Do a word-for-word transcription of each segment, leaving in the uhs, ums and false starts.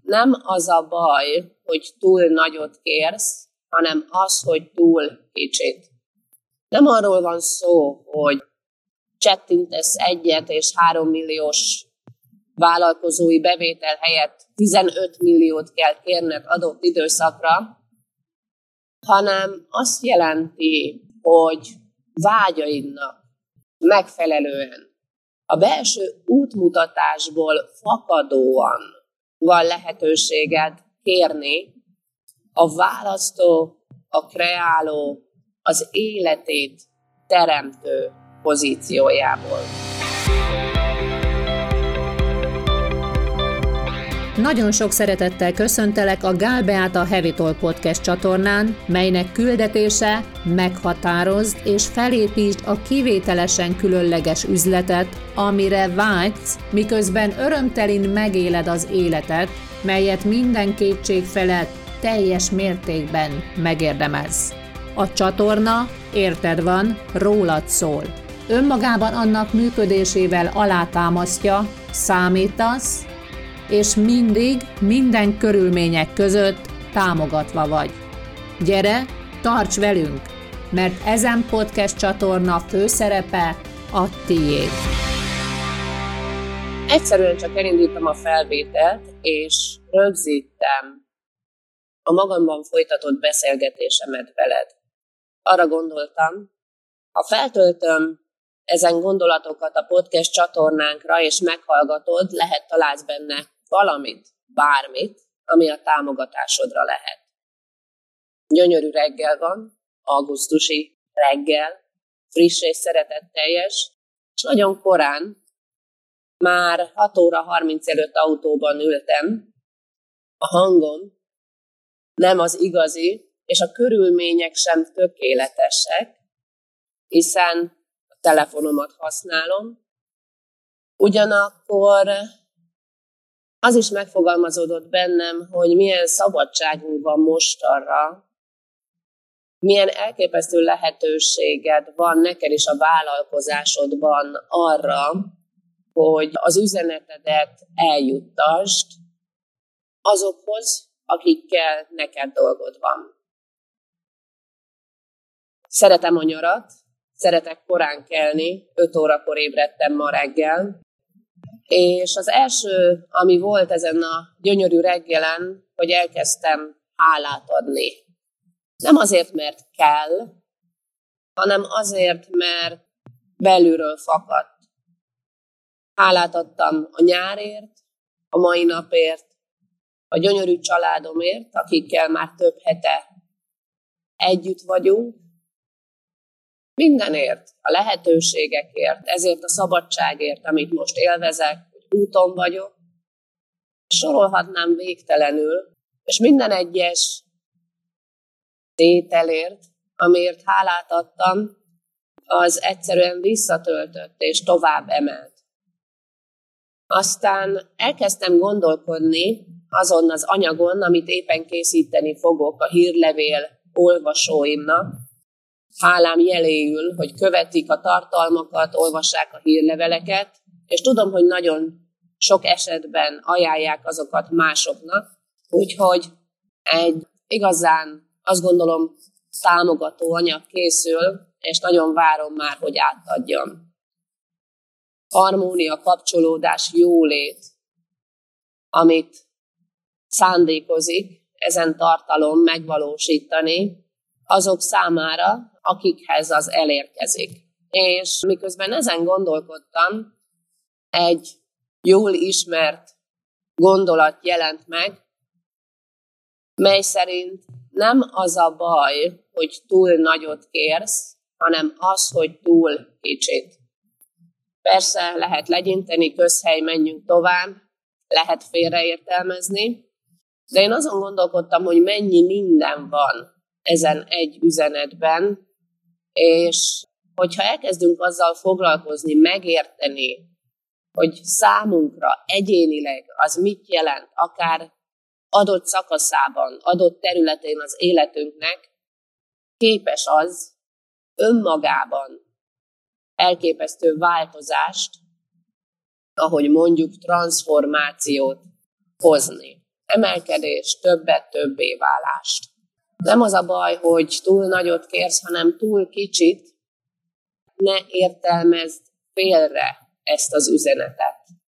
nem az a baj, hogy túl nagyot kérsz, hanem az, hogy túl kicsit. Nem arról van szó, hogy csettintesz egyet, és három milliós vállalkozói bevétel helyett tizenöt milliót kell kérned adott időszakra, hanem azt jelenti, hogy vágyaidnak megfelelően a belső útmutatásból fakadóan van lehetőséged kérni a választó, a kreáló, az életét teremtő pozíciójából. Nagyon sok szeretettel köszöntelek a Gál Beáta Heavy Talk Podcast csatornán, melynek küldetése meghatározd és felépítsd a kivételesen különleges üzletet, amire vágysz, miközben örömtelin megéled az életet, melyet minden kétség felett teljes mértékben megérdemelsz. A csatorna, érted van, rólad szól. Önmagában annak működésével alátámasztja, számítasz, és mindig, minden körülmények között támogatva vagy. Gyere, tarts velünk, mert ezen podcast csatorna főszerepe a tiéd. Egyszerűen csak elindítom a felvételt, és rögzítem a magamban folytatott beszélgetésemet veled. Arra gondoltam, ha feltöltöm ezen gondolatokat a podcast csatornánkra, és meghallgatod, lehet találsz benne valamit, bármit, ami a támogatásodra lehet. Gyönyörű reggel van, augusztusi reggel, friss és szeretetteljes, és nagyon korán, már hat óra harminc előtt autóban ültem, a hangom nem az igazi, és a körülmények sem tökéletesek, hiszen a telefonomat használom. Ugyanakkor az is megfogalmazódott bennem, hogy milyen szabadságunk van most arra, milyen elképesztő lehetőséged van neked is a vállalkozásodban arra, hogy az üzenetedet eljuttasd azokhoz, akikkel neked dolgod van. Szeretem a nyarat, szeretek korán kelni, öt órakor ébredtem ma reggel, és az első, ami volt ezen a gyönyörű reggelen, hogy elkezdtem hálát adni. Nem azért, mert kell, hanem azért, mert belülről fakadt. Hálát adtam a nyárért, a mai napért, a gyönyörű családomért, akikkel már több hete együtt vagyunk, mindenért, a lehetőségekért, ezért a szabadságért, amit most élvezek, hogy úton vagyok, sorolhatnám végtelenül, és minden egyes tételért, amiért hálát adtam, az egyszerűen visszatöltött és tovább emelt. Aztán elkezdtem gondolkodni azon az anyagon, amit éppen készíteni fogok a hírlevél olvasóimnak. Hálám jeléül, hogy követik a tartalmakat, olvassák a hírleveleket, és tudom, hogy nagyon sok esetben ajánlják azokat másoknak, úgyhogy egy igazán, azt gondolom, támogató anyag készül, és nagyon várom már, hogy átadjam. Harmónia, kapcsolódás, jólét, amit szándékozik ezen tartalom megvalósítani azok számára, akikhez az elérkezik. És miközben ezen gondolkodtam, egy jól ismert gondolat jelent meg, mely szerint nem az a baj, hogy túl nagyot kérsz, hanem az, hogy túl kicsit. Persze lehet legyinteni, közhely, menjünk tovább, lehet félreértelmezni, de én azon gondolkodtam, hogy mennyi minden van ezen egy üzenetben, és hogyha elkezdünk azzal foglalkozni, megérteni, hogy számunkra egyénileg az mit jelent, akár adott szakaszában, adott területén az életünknek, képes az önmagában elképesztő változást, ahogy mondjuk transformációt hozni. emelkedést, többet, többé válást. Nem az a baj, hogy túl nagyot kérsz, hanem túl kicsit. Ne értelmezd félre ezt az üzenetet.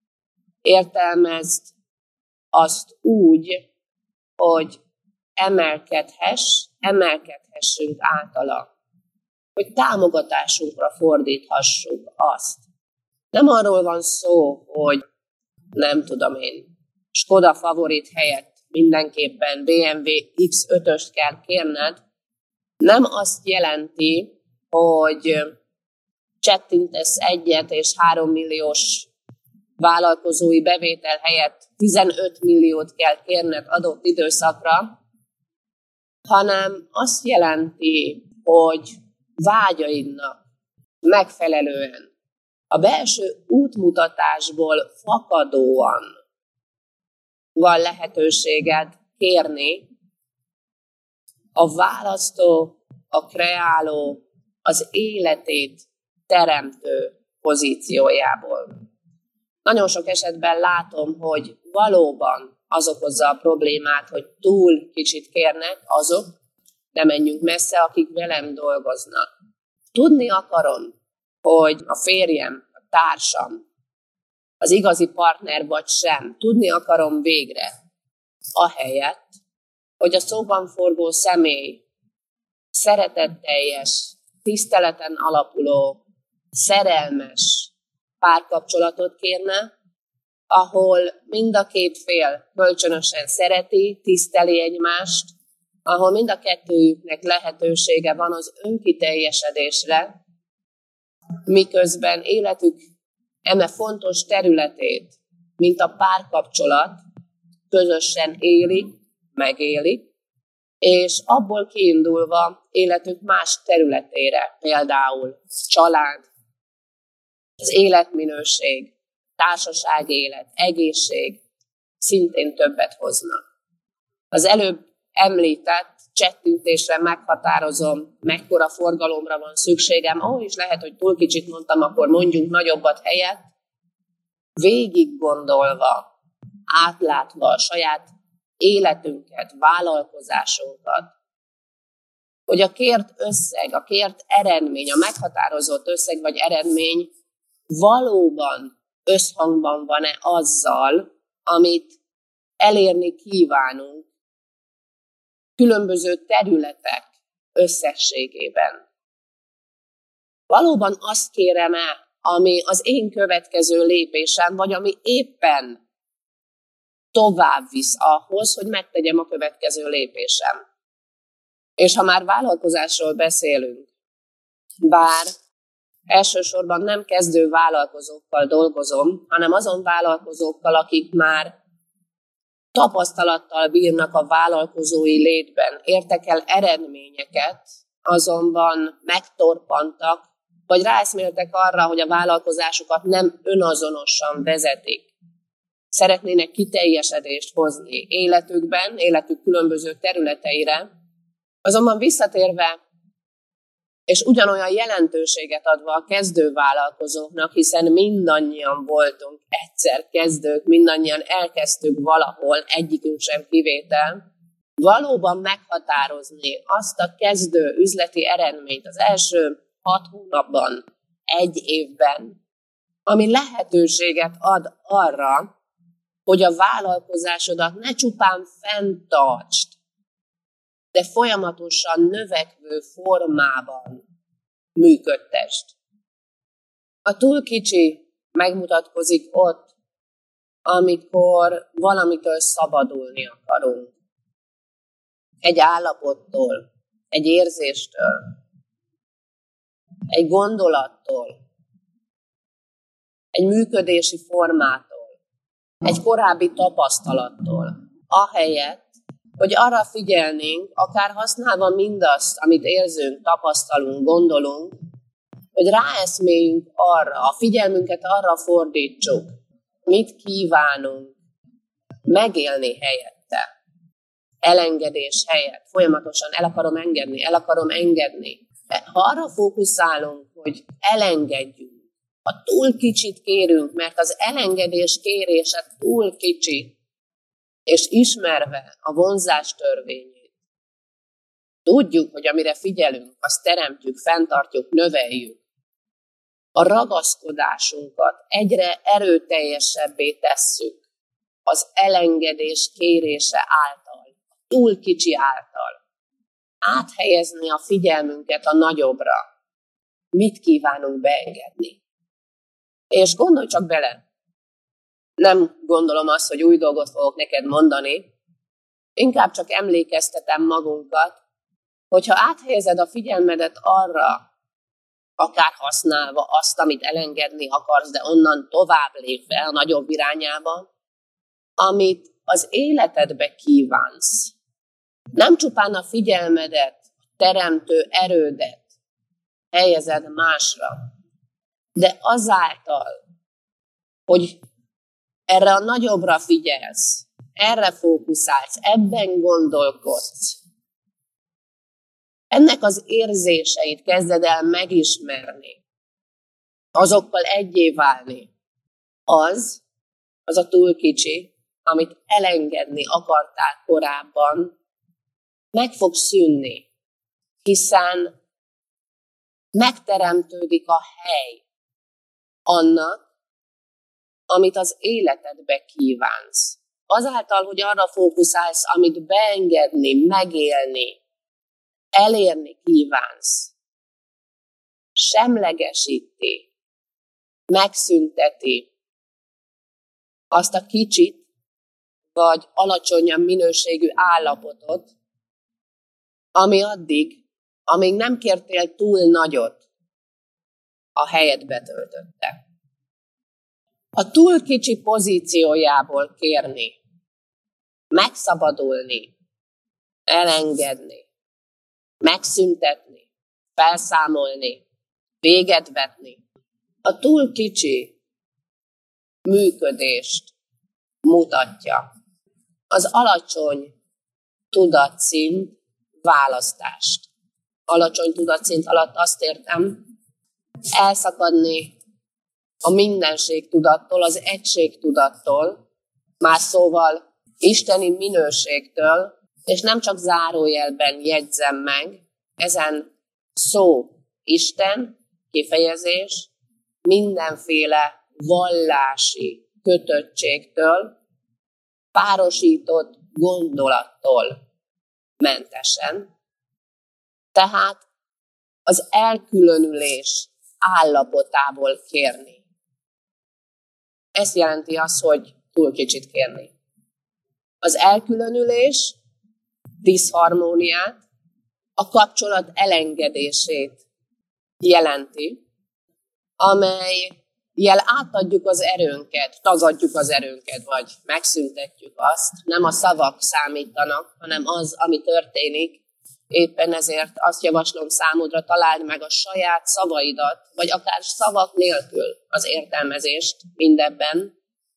Értelmezd azt úgy, hogy emelkedhess, emelkedhessünk általa. Hogy támogatásunkra fordíthassuk azt. Nem arról van szó, hogy nem tudom én, Skoda favorit helyett mindenképpen bé em vé iksz ötöst kell kérned, nem azt jelenti, hogy csettintesz egyet és három milliós vállalkozói bevétel helyett tizenöt milliót kell kérned adott időszakra, hanem azt jelenti, hogy vágyaidnak megfelelően a belső útmutatásból fakadóan van lehetőséged kérni a választó, a kreáló, az életét teremtő pozíciójából. Nagyon sok esetben látom, hogy valóban az okozza a problémát, hogy túl kicsit kérnek azok, ne menjünk messze, akik velem dolgoznak. Tudni akarom, hogy a férjem, a társam, az igazi partner vagy sem, tudni akarom végre, ahelyett, hogy a szóban forgó személy szeretetteljes, tiszteleten alapuló, szerelmes párkapcsolatot kérne, ahol mind a két fél kölcsönösen szereti, tiszteli egymást, ahol mind a kettőjüknek lehetősége van az önkiteljesedésre, miközben életük eme fontos területét, mint a párkapcsolat, közösen élik, megélik, és abból kiindulva életük más területére, például család, az életminőség, társaságélet, egészség szintén többet hoznak. Az előbb említett csettintésre meghatározom, mekkora forgalomra van szükségem, ahol is lehet, hogy túl kicsit mondtam, akkor mondjunk nagyobbat helyett, végig gondolva, átlátva a saját életünket, vállalkozásunkat, hogy a kért összeg, a kért eredmény, a meghatározott összeg vagy eredmény valóban összhangban van-e azzal, amit elérni kívánunk különböző területek összességében. Valóban azt kérem-e, ami az én következő lépésem, vagy ami éppen tovább visz ahhoz, hogy megtegyem a következő lépésem. És ha már vállalkozásról beszélünk, bár elsősorban nem kezdő vállalkozókkal dolgozom, hanem azon vállalkozókkal, akik már tapasztalattal bírnak a vállalkozói létben, értek el eredményeket, azonban megtorpantak, vagy ráeszméltek arra, hogy a vállalkozásukat nem önazonosan vezetik. Szeretnének kiteljesedést hozni életükben, életük különböző területeire, azonban visszatérve, és ugyanolyan jelentőséget adva a kezdő vállalkozóknak, hiszen mindannyian voltunk egyszer kezdők, mindannyian elkezdtük valahol, egyikünk sem kivétel, valóban meghatározni azt a kezdő üzleti eredményt az első hat hónapban, egy évben, ami lehetőséget ad arra, hogy a vállalkozásodat ne csupán fenntartsd, de folyamatosan növekvő formában működtest. A túl kicsi megmutatkozik ott, amikor valamitől szabadulni akarunk. Egy állapottól, egy érzéstől, egy gondolattól, egy működési formától, egy korábbi tapasztalattól, ahelyett, hogy arra figyelnénk, akár használva mindazt, amit érzünk, tapasztalunk, gondolunk, hogy ráeszméljünk arra, a figyelmünket arra fordítsuk, mit kívánunk megélni helyette, elengedés helyett, folyamatosan el akarom engedni, el akarom engedni. Ha arra fókuszálunk, hogy elengedjünk, ha túl kicsit kérünk, mert az elengedés kérése túl kicsi, és ismerve a vonzás törvényét, tudjuk, hogy amire figyelünk, azt teremtjük, fenntartjuk, növeljük. A ragaszkodásunkat egyre erőteljesebbé tesszük az elengedés kérése által, túl kicsi által. Áthelyezni a figyelmünket a nagyobbra. Mit kívánunk beengedni? És gondolj csak bele, nem gondolom azt, hogy új dolgot fogok neked mondani, inkább csak emlékeztetem magunkat, hogyha áthelyezed a figyelmedet arra, akár használva azt, amit elengedni akarsz, de onnan tovább lépve a nagyobb irányába, amit az életedbe kívánsz. Nem csupán a figyelmedet, teremtő erődet helyezed másra, de azáltal, hogy erre a nagyobbra figyelsz, erre fókuszálsz, ebben gondolkodsz, ennek az érzéseit kezded el megismerni, azokkal egyé válni. Az, az a túl kicsi, amit elengedni akartál korábban, meg fog szűnni, hiszen megteremtődik a hely annak, amit az életedbe kívánsz. Azáltal, hogy arra fókuszálsz, amit beengedni, megélni, elérni kívánsz, semlegesíti, megszünteti azt a kicsit, vagy alacsonyabb minőségű állapotot, ami addig, amíg nem kértél túl nagyot, a helyet betöltötte. A túl kicsi pozíciójából kérni, megszabadulni, elengedni, megszüntetni, felszámolni, véget vetni, a túl kicsi működést mutatja. Az alacsony tudatszint választást. Alacsony tudatszint alatt azt értem, elszakadni a mindenség tudattól, az egység tudattól, más szóval isteni minőségtől, és nem csak zárójelben jegyzem meg, ezen szó Isten, kifejezés, mindenféle vallási kötöttségtől, párosított gondolattól mentesen. Tehát az elkülönülés állapotából kérni. Ez jelenti azt, hogy túl kicsit kérni. Az elkülönülés diszharmóniát, a kapcsolat elengedését jelenti, amely jel átadjuk az erőnket, tagadjuk az erőnket, vagy megszüntetjük azt. Nem a szavak számítanak, hanem az, ami történik. Éppen ezért azt javaslom számodra, találd meg a saját szavaidat, vagy akár szavak nélkül az értelmezést mindebben.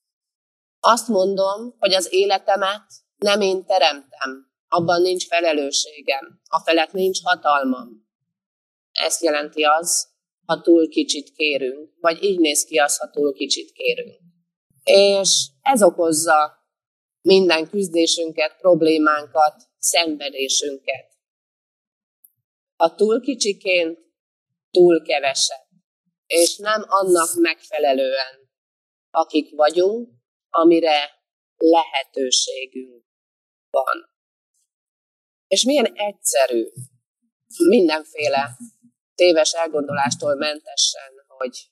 Azt mondom, hogy az életemet nem én teremtem, abban nincs felelősségem, a felett nincs hatalmam. Ezt jelenti az, ha túl kicsit kérünk, vagy így néz ki az, ha túl kicsit kérünk. És ez okozza minden küzdésünket, problémánkat, szenvedésünket. A túl kicsiként túl keveset, és nem annak megfelelően, akik vagyunk, amire lehetőségünk van. És milyen egyszerű, mindenféle téves elgondolástól mentesen, hogy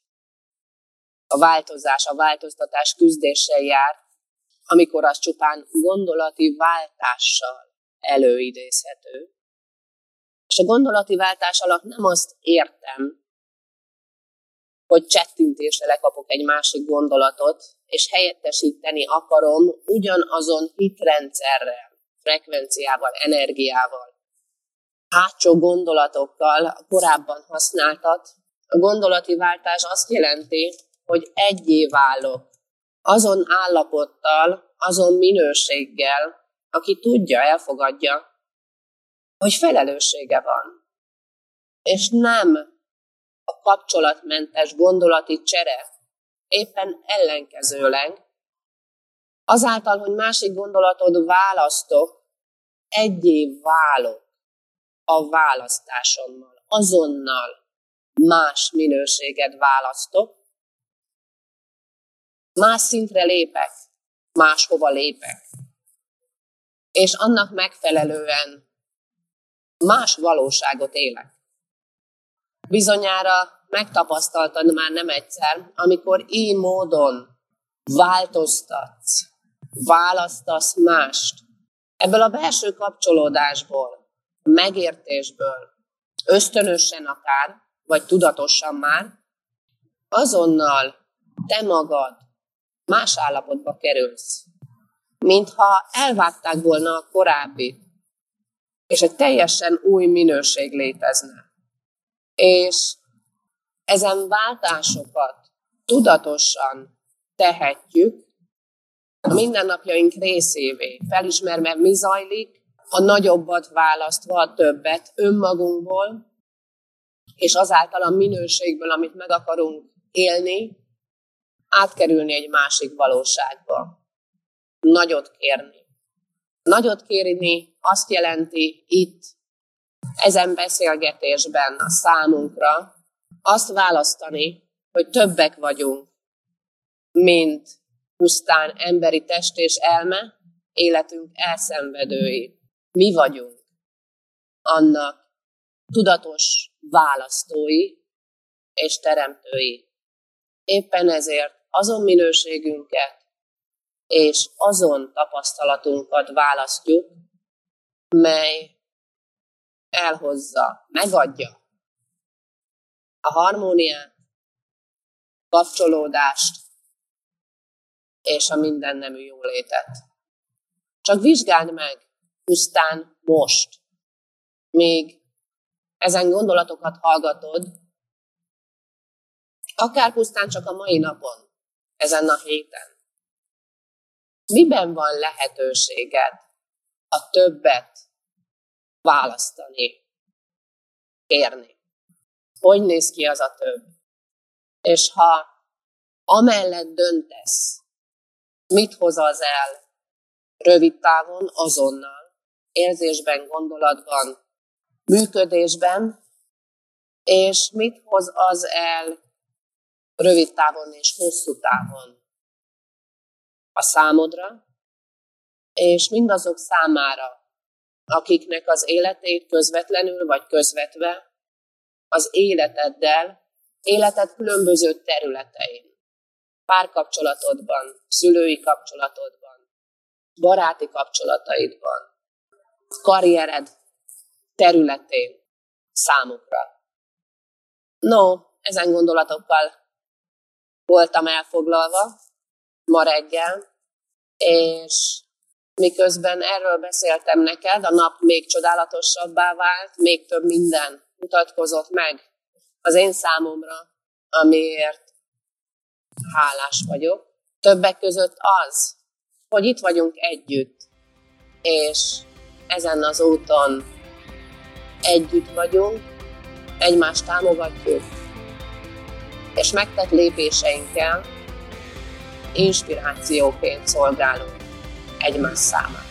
a változás, a változtatás küzdéssel jár, amikor az csupán gondolati váltással előidézhető. És a gondolati váltás alatt nem azt értem, hogy csettintésre lekapok egy másik gondolatot, és helyettesíteni akarom ugyanazon hitrendszerrel, frekvenciával, energiával, hátsó gondolatokkal a korábban használtat. A gondolati váltás azt jelenti, hogy egyé válok azon állapottal, azon minőséggel, aki tudja, elfogadja, hogy felelőssége van. És nem a kapcsolatmentes gondolati csere, éppen ellenkezőleg Azáltal, hogy másik gondolatot választok, egyé válok a választásommal. Azonnal más minőséget választok, más szintre lépek, máshova lépek, és annak megfelelően más valóságot élek. Bizonyára megtapasztaltad már nem egyszer, amikor így módon változtatsz, választasz mást. Ebből a belső kapcsolódásból, megértésből, ösztönösen akár, vagy tudatosan már, azonnal te magad más állapotba kerülsz, mintha elvágták volna a korábbit, és egy teljesen új minőség létezne. És ezen váltásokat tudatosan tehetjük a mindennapjaink részévé, felismerve, mi zajlik, a nagyobbat választva, a többet önmagunkból, és azáltal a minőségből, amit meg akarunk élni, átkerülni egy másik valóságba. Nagyot kérni. Nagyot kérni azt jelenti itt, ezen beszélgetésben a számunkra, azt választani, hogy többek vagyunk, mint pusztán emberi test és elme, életünk elszenvedői. Mi vagyunk annak tudatos választói és teremtői. Éppen ezért azon minőségünket és azon tapasztalatunkat választjuk, mely elhozza, megadja a harmóniát, kapcsolódást és a mindennemű jólétet. Csak vizsgáld meg pusztán most, még ezen gondolatokat hallgatod, akár pusztán csak a mai napon, ezen a héten. Miben van lehetőséged a többet választani, kérni? Hogy néz ki az a több? És ha amellett döntesz, mit hoz az el rövid távon, azonnal, érzésben, gondolatban, működésben, és mit hoz az el rövid távon és hosszú távon a számodra, és mindazok számára, akiknek az életét közvetlenül vagy közvetve az életeddel, életed különböző területein, párkapcsolatodban, szülői kapcsolatodban, baráti kapcsolataidban, karriered területén számukra. No, ezen gondolatokkal voltam elfoglalva ma reggel, és miközben erről beszéltem neked, a nap még csodálatosabbá vált, még több minden mutatkozott meg az én számomra, amiért hálás vagyok. Többek között az, hogy itt vagyunk együtt, és ezen az úton együtt vagyunk, egymást támogatjuk, és megtett lépéseinkkel inspirációként szolgálunk egymás számára.